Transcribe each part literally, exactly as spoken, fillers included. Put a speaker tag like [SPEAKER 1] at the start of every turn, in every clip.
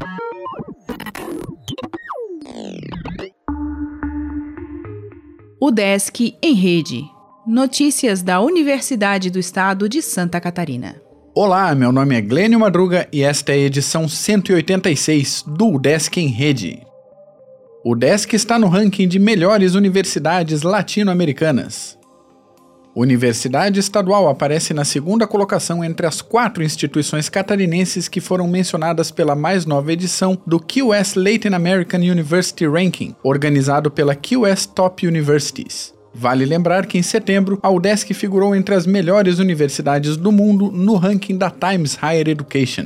[SPEAKER 1] UDESC em Rede. Notícias da Universidade do Estado de Santa Catarina.
[SPEAKER 2] Olá, meu nome é Glênio Madruga e esta é a edição cento e oitenta e seis do UDESC em Rede. O UDESC está no ranking de melhores universidades latino-americanas. Universidade Estadual aparece na segunda colocação entre as quatro instituições catarinenses que foram mencionadas pela mais nova edição do Q S Latin American University Ranking, organizado pela Q S Top Universities. Vale lembrar que em setembro, a UDESC figurou entre as melhores universidades do mundo no ranking da Times Higher Education.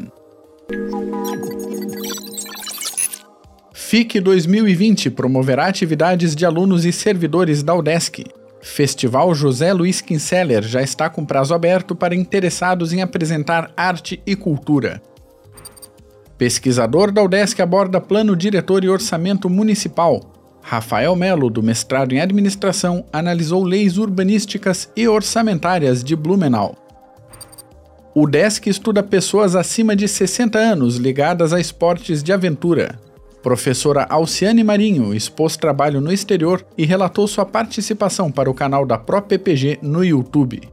[SPEAKER 2] F I C dois mil e vinte promoverá atividades de alunos e servidores da UDESC. Festival José Luiz Kinseller já está com prazo aberto para interessados em apresentar arte e cultura. Pesquisador da UDESC aborda plano diretor e orçamento municipal. Rafael Melo, do mestrado em administração, analisou leis urbanísticas e orçamentárias de Blumenau. O UDESC estuda pessoas acima de sessenta anos ligadas a esportes de aventura. Professora Alciane Marinho expôs trabalho no exterior e relatou sua participação para o canal da ProPPG no YouTube.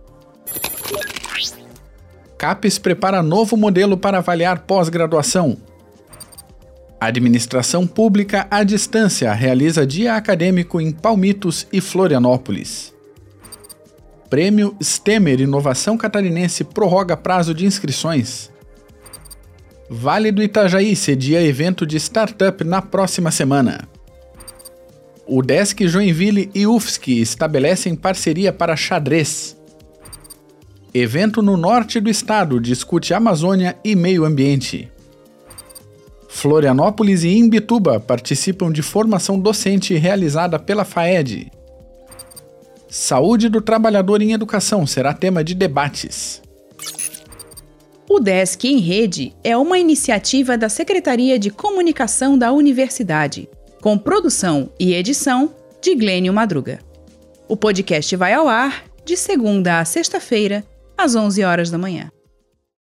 [SPEAKER 2] CAPES prepara novo modelo para avaliar pós-graduação. Administração Pública à Distância realiza dia acadêmico em Palmitos e Florianópolis. Prêmio Stemer Inovação Catarinense prorroga prazo de inscrições. Vale do Itajaí cedia evento de startup na próxima semana. UDESC Joinville e U F S C estabelecem parceria para xadrez. Evento no norte do estado discute Amazônia e meio ambiente. Florianópolis e Imbituba participam de formação docente realizada pela FAED. Saúde do trabalhador em educação será tema de debates.
[SPEAKER 1] O UDESC em Rede é uma iniciativa da Secretaria de Comunicação da Universidade, com produção e edição de Glênio Madruga. O podcast vai ao ar de segunda a sexta-feira, às onze horas da manhã.